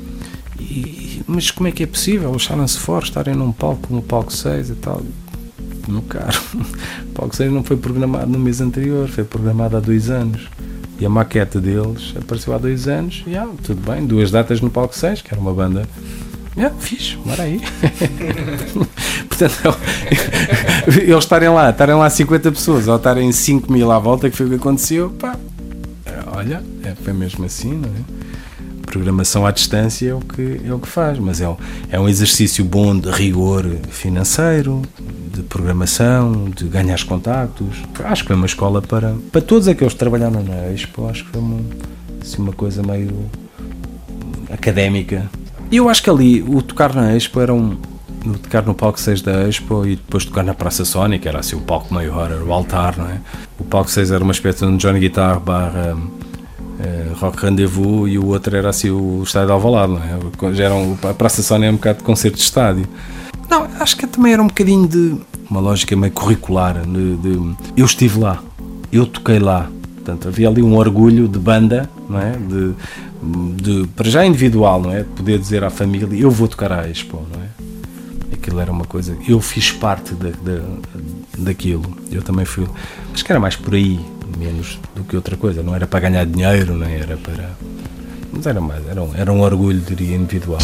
Mas como é que é possível os Silence 4 estarem num palco, no Palco 6 e tal? Meu caro, o Palco 6 não foi programado no mês anterior, foi programado há 2 anos. E a maquete deles apareceu há 2 anos, e tudo bem, 2 datas no Palco 6, que era uma banda. Fixe, bora aí. Portanto, eles estarem lá 50 pessoas ou estarem 5 mil à volta, que foi o que aconteceu, olha, foi mesmo assim, não é? Programação à distância é o que faz, mas é um exercício bom de rigor financeiro, de programação, de ganhar contactos. Acho que foi uma escola para todos aqueles que trabalharam na Expo. Acho que foi uma coisa meio académica. E eu acho que ali o tocar na Expo era o tocar no Palco 6 da Expo e depois tocar na Praça Sónica, era assim o palco maior, era o altar, não é? O Palco 6 era uma espécie de um Johnny Guitar barra Rock Rendezvous, e o outro era assim o Estádio de Alvalade, não é? Já a Praça Sónia é um bocado de concerto de estádio. Não, acho que também era um bocadinho de uma lógica meio curricular, eu estive lá, eu toquei lá, portanto havia ali um orgulho de banda, não é? Para já individual, não é? De poder dizer à família, eu vou tocar à Expo, não é? Aquilo era uma coisa, eu fiz parte daquilo, eu também fui, acho que era mais por aí, menos do que outra coisa, não era para ganhar dinheiro, não era para, mas era um orgulho, diria, individual.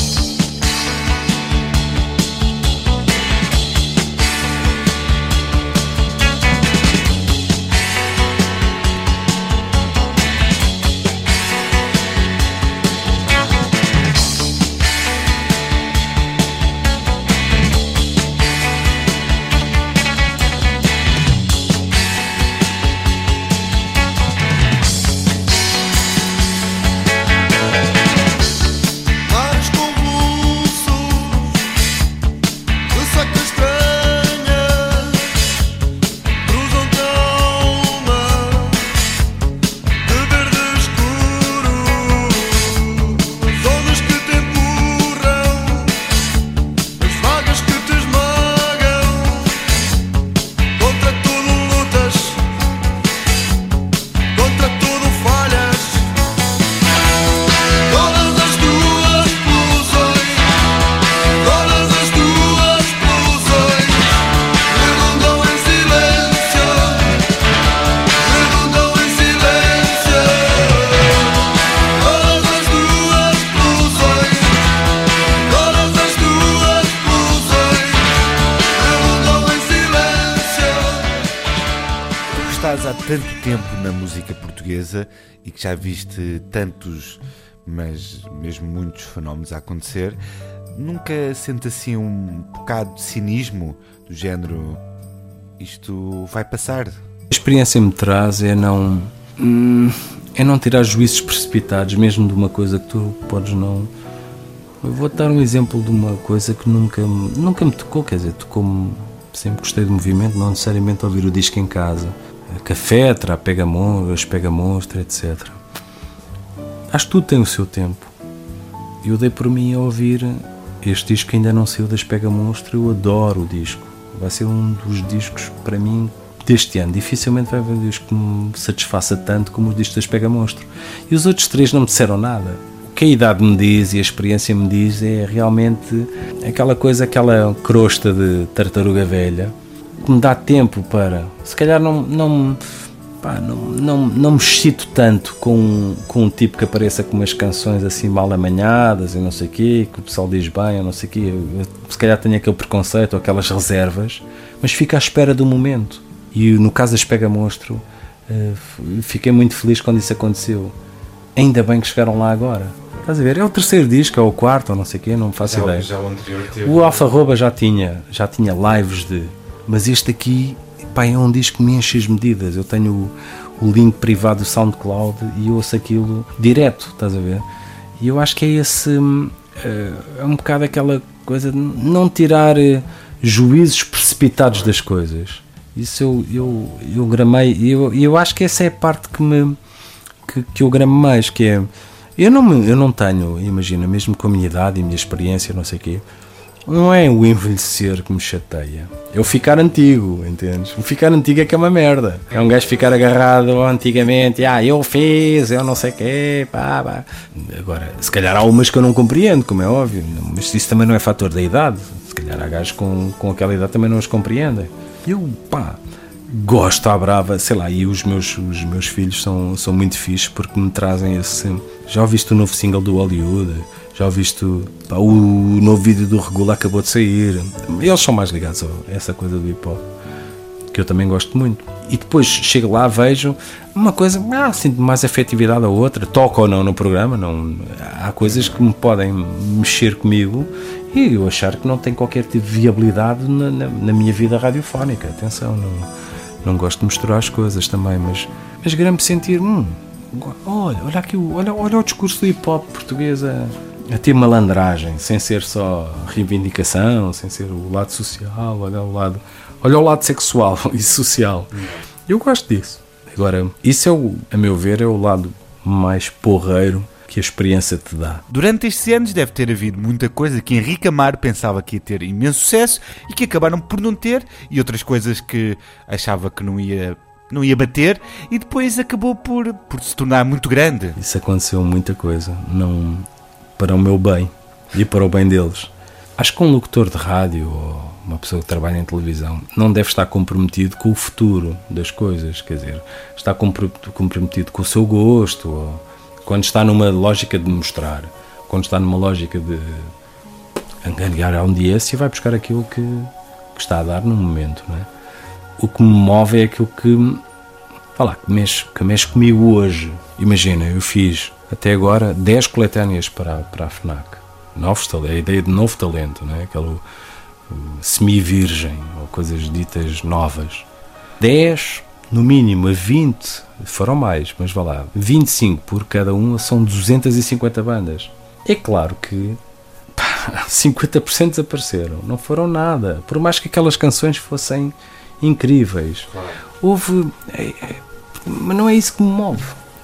Estás há tanto tempo na música portuguesa e que já viste tantos, mas mesmo muitos fenómenos a acontecer, nunca sente assim um bocado de cinismo do género, isto vai passar? A experiência me traz é não tirar juízos precipitados, mesmo de uma coisa que tu podes não... Eu vou-te dar um exemplo de uma coisa que nunca me tocou, quer dizer, tocou-me, sempre gostei de movimento, não necessariamente ouvir o disco em casa. A Cafetra, a Pega Monstro, etc. Acho que tudo tem o seu tempo. Eu dei por mim a ouvir este disco que ainda não saiu das Pega Monstro, eu adoro o disco. Vai ser um dos discos, para mim, deste ano. Dificilmente vai haver um disco que me satisfaça tanto como os discos das Pega Monstro. E os outros 3 não me disseram nada. O que a idade me diz e a experiência me diz é realmente aquela crosta de tartaruga velha que me dá tempo para... Se calhar não me excito tanto com um tipo que apareça com umas canções assim mal amanhadas e não sei o quê, que o pessoal diz bem, ou não sei o quê. Eu, se calhar tenho aquele preconceito ou aquelas reservas, mas fico à espera do momento. E no caso das Pega Monstro, fiquei muito feliz quando isso aconteceu. Ainda bem que chegaram lá agora. Estás a ver? É o 3º disco, é o 4º, ou não sei o quê, não me faço ideia. Já o anterior teve... O Alfa Roba já tinha lives de... Mas este aqui, pá, é um disco que me enche as medidas. Eu tenho o link privado do SoundCloud e ouço aquilo direto, estás a ver? E eu acho que é esse... é um bocado aquela coisa de não tirar juízos precipitados das coisas. Isso eu gramei, e eu acho que essa é a parte que eu gramo mais, que é... Eu não tenho, imagina, mesmo com a minha idade e a minha experiência, não sei o quê, não é o envelhecer que me chateia, é o ficar antigo, entendes? O ficar antigo é que é uma merda. É um gajo ficar agarrado antigamente, eu fiz, eu não sei o quê, pá. Agora, se calhar há umas que eu não compreendo, como é óbvio, mas isso também não é fator da idade. Se calhar há gajos com aquela idade também não as compreendem. Eu, gosto à brava, sei lá, e os meus filhos são muito fixes porque me trazem esse... Já ouviste o novo single do Hollywood? Já ouviste o novo vídeo do Regula, acabou de sair? Eles são mais ligados a essa coisa do hip hop, que eu também gosto muito. E depois chego lá, vejo uma coisa, sinto mais afetividade a outra, toco ou não no programa, não, há coisas que me podem mexer comigo e eu achar que não tem qualquer tipo de viabilidade na minha vida radiofónica. Atenção, não gosto de misturar as coisas também, mas grande sentir, olha aqui, olha o discurso do hip hop português a ter malandragem, sem ser só reivindicação, sem ser o lado social, olha o lado sexual e social. Eu gosto disso. Agora, isso a meu ver, é o lado mais porreiro que a experiência te dá. Durante estes anos deve ter havido muita coisa que Henrique Amaro pensava que ia ter imenso sucesso e que acabaram por não ter, e outras coisas que achava que não ia bater e depois acabou por se tornar muito grande. Isso aconteceu muita coisa, não para o meu bem e para o bem deles. Acho que um locutor de rádio ou uma pessoa que trabalha em televisão não deve estar comprometido com o futuro das coisas, quer dizer, está comprometido com o seu gosto, ou quando está numa lógica de mostrar, quando está numa lógica de angariar a audiência, vai buscar aquilo que está a dar no momento, não é? O que me move é aquilo que mexe comigo hoje. Imagina, eu fiz até agora 10 coletâneas para a FNAC. A ideia de novo talento, não é? Aquele semi-virgem, ou coisas ditas novas. 10, no mínimo, a 20, foram mais, mas vá lá, 25 por cada uma, são 250 bandas. É claro que 50% desapareceram, não foram nada, por mais que aquelas canções fossem incríveis. Claro. Mas não é isso que me move.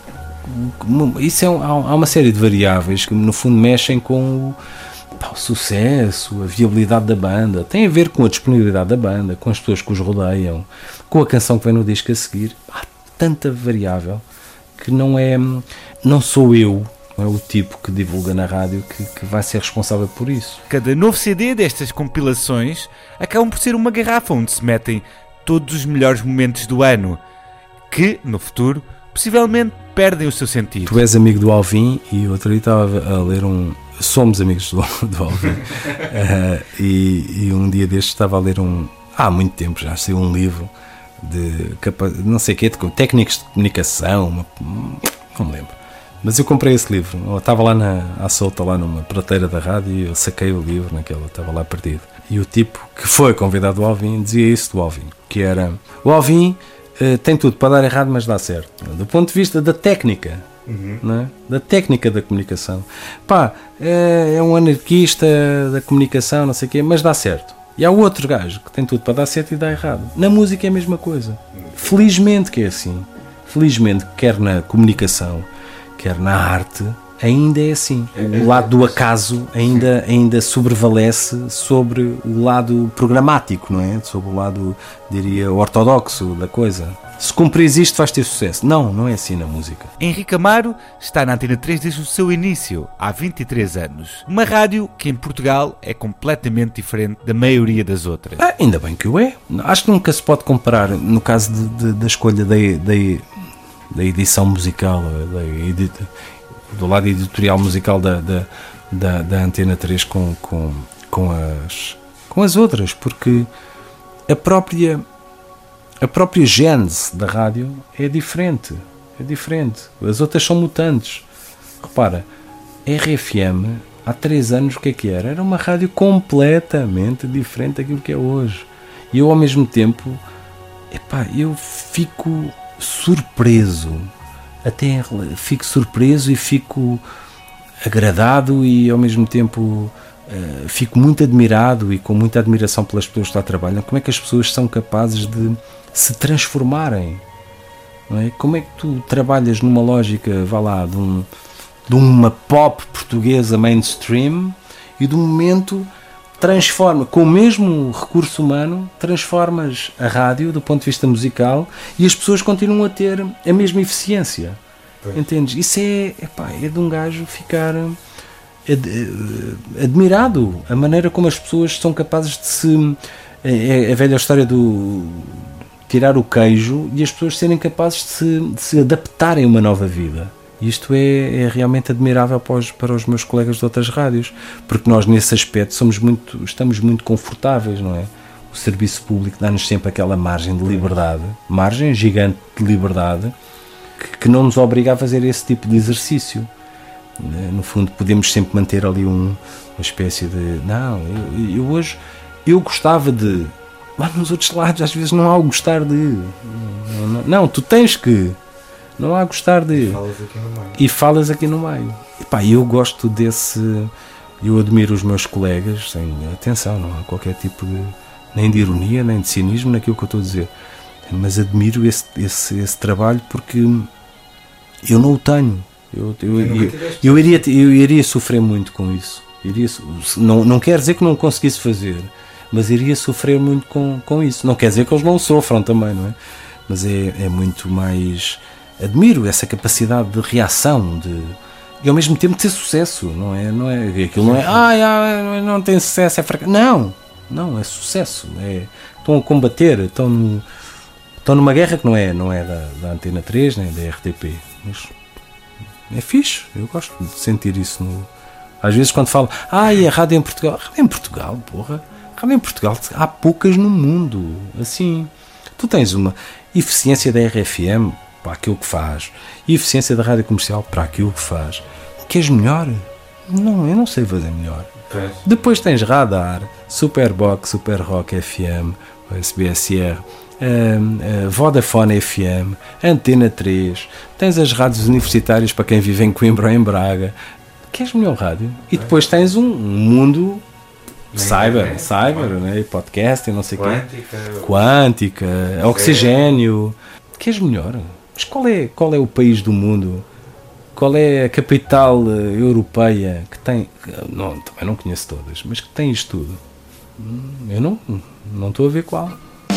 Isso há uma série de variáveis que no fundo mexem com o sucesso, a viabilidade da banda, tem a ver com a disponibilidade da banda, com as pessoas que os rodeiam, com a canção que vem no disco a seguir. Há tanta variável que não sou eu, não é o tipo que divulga na rádio que vai ser responsável por isso. Cada novo CD destas compilações acabam por ser uma garrafa onde se metem todos os melhores momentos do ano, que no futuro possivelmente perdem o seu sentido. Tu és amigo do Alvin e outro dia estava a ler somos amigos do Alvin e um dia destes estava a ler há muito tempo já saiu um livro de não sei o quê, de técnicas de comunicação, não me lembro, mas eu comprei esse livro, eu estava lá à solta lá numa prateleira da rádio e eu saquei o livro estava lá perdido, e o tipo que foi convidado do Alvin dizia isso do Alvin, que era o Alvin tem tudo para dar errado, mas dá certo. Do ponto de vista da técnica, não é? Da técnica da comunicação. É um anarquista da comunicação, não sei o quê, mas dá certo. E há outro gajo que tem tudo para dar certo e dá errado. Na música é a mesma coisa. Felizmente que é assim. Felizmente, quer na comunicação, quer na arte, ainda é assim. O lado do acaso ainda sobrevalece sobre o lado programático, não é? Sobre o lado, diria, ortodoxo da coisa. Se cumprires isto vais ter sucesso. Não é assim na música. Henrique Amaro está na Antena 3 desde o seu início, há 23 anos. Uma rádio que em Portugal é completamente diferente da maioria das outras. Ainda bem que o é. Acho que nunca se pode comparar, no caso da escolha da edição musical, do lado editorial musical da Antena 3 com as outras, porque a própria gênese da rádio é diferente. As outras são mutantes. Repara, a RFM há 3 anos o que era? Era uma rádio completamente diferente daquilo que é hoje. E eu ao mesmo tempo eu fico surpreso. Até fico surpreso e fico agradado e ao mesmo tempo fico muito admirado e com muita admiração pelas pessoas que lá trabalham. Como é que as pessoas são capazes de se transformarem? Não é? Como é que tu trabalhas numa lógica, vá lá, de uma pop portuguesa mainstream e de um momento transforma, com o mesmo recurso humano, transformas a rádio do ponto de vista musical e as pessoas continuam a ter a mesma eficiência. Entendes? Isso é de um gajo ficar admirado, a maneira como as pessoas são capazes de se... É a velha história do tirar o queijo e as pessoas serem capazes de se adaptarem a uma nova vida. Isto é realmente admirável para os meus colegas de outras rádios, porque nós nesse aspecto estamos muito confortáveis, não é? O serviço público dá-nos sempre aquela margem de liberdade, margem gigante de liberdade, que não nos obriga a fazer esse tipo de exercício. No fundo, podemos sempre manter ali uma espécie de... Não, eu gostava de... Lá nos outros lados, às vezes não há o gostar de... Não, tu tens que... Não há gostar de... E falas aqui no meio. E pá, eu gosto desse... Eu admiro os meus colegas, sem atenção, não há qualquer tipo de... Nem de ironia, nem de cinismo naquilo que eu estou a dizer. Mas admiro esse trabalho porque eu não o tenho. Eu iria sofrer muito com isso. Não quer dizer que não conseguisse fazer, mas iria sofrer muito com isso. Não quer dizer que eles não sofram também, não é? Mas é muito mais... Admiro essa capacidade de reação, e ao mesmo tempo ter sucesso, não é? Aquilo não é, não tem sucesso, é fracasso. Não, é sucesso. Estão a combater, estão numa guerra que não é da Antena 3, nem da RTP, mas é fixe, eu gosto de sentir isso. Às vezes quando falo, a rádio em Portugal, rádio em Portugal há poucas no mundo, assim, tu tens uma eficiência da RFM para aquilo que faz, e eficiência da rádio comercial para aquilo que faz. Queres melhor? Não, eu não sei fazer melhor. Depois tens Radar, Superbox, Super Rock FM, SBSR, Vodafone FM, Antena 3, tens as rádios universitárias para quem vive em Coimbra ou em Braga. Queres melhor rádio? E depois tens um mundo cyber, né? Podcast e não sei o quê. Quântica, oxigênio. Queres melhor? Mas qual é o país do mundo? Qual é a capital europeia que tem... também não conheço todas, mas que tem isto tudo? Eu não estou a ver qual.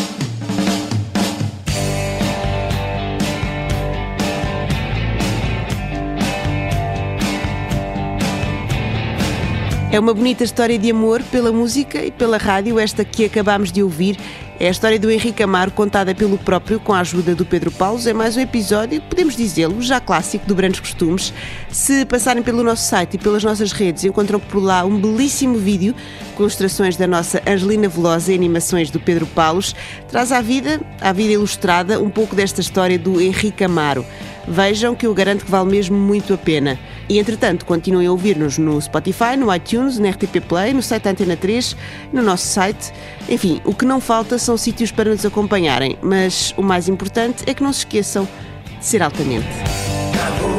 É uma bonita história de amor pela música e pela rádio, esta que acabámos de ouvir. É a história do Henrique Amaro, contada pelo próprio, com a ajuda do Pedro Paulos. É mais um episódio, podemos dizê-lo, já clássico do Brandos Costumes. Se passarem pelo nosso site e pelas nossas redes, encontram por lá um belíssimo vídeo com ilustrações da nossa Angelina Velosa e animações do Pedro Paulos. Traz à vida ilustrada, um pouco desta história do Henrique Amaro. Vejam que eu garanto que vale mesmo muito a pena. E, entretanto, continuem a ouvir-nos no Spotify, no iTunes, no RTP Play, no site da Antena 3, no nosso site. Enfim, o que não falta são sítios para nos acompanharem. Mas o mais importante é que não se esqueçam de ser altamente.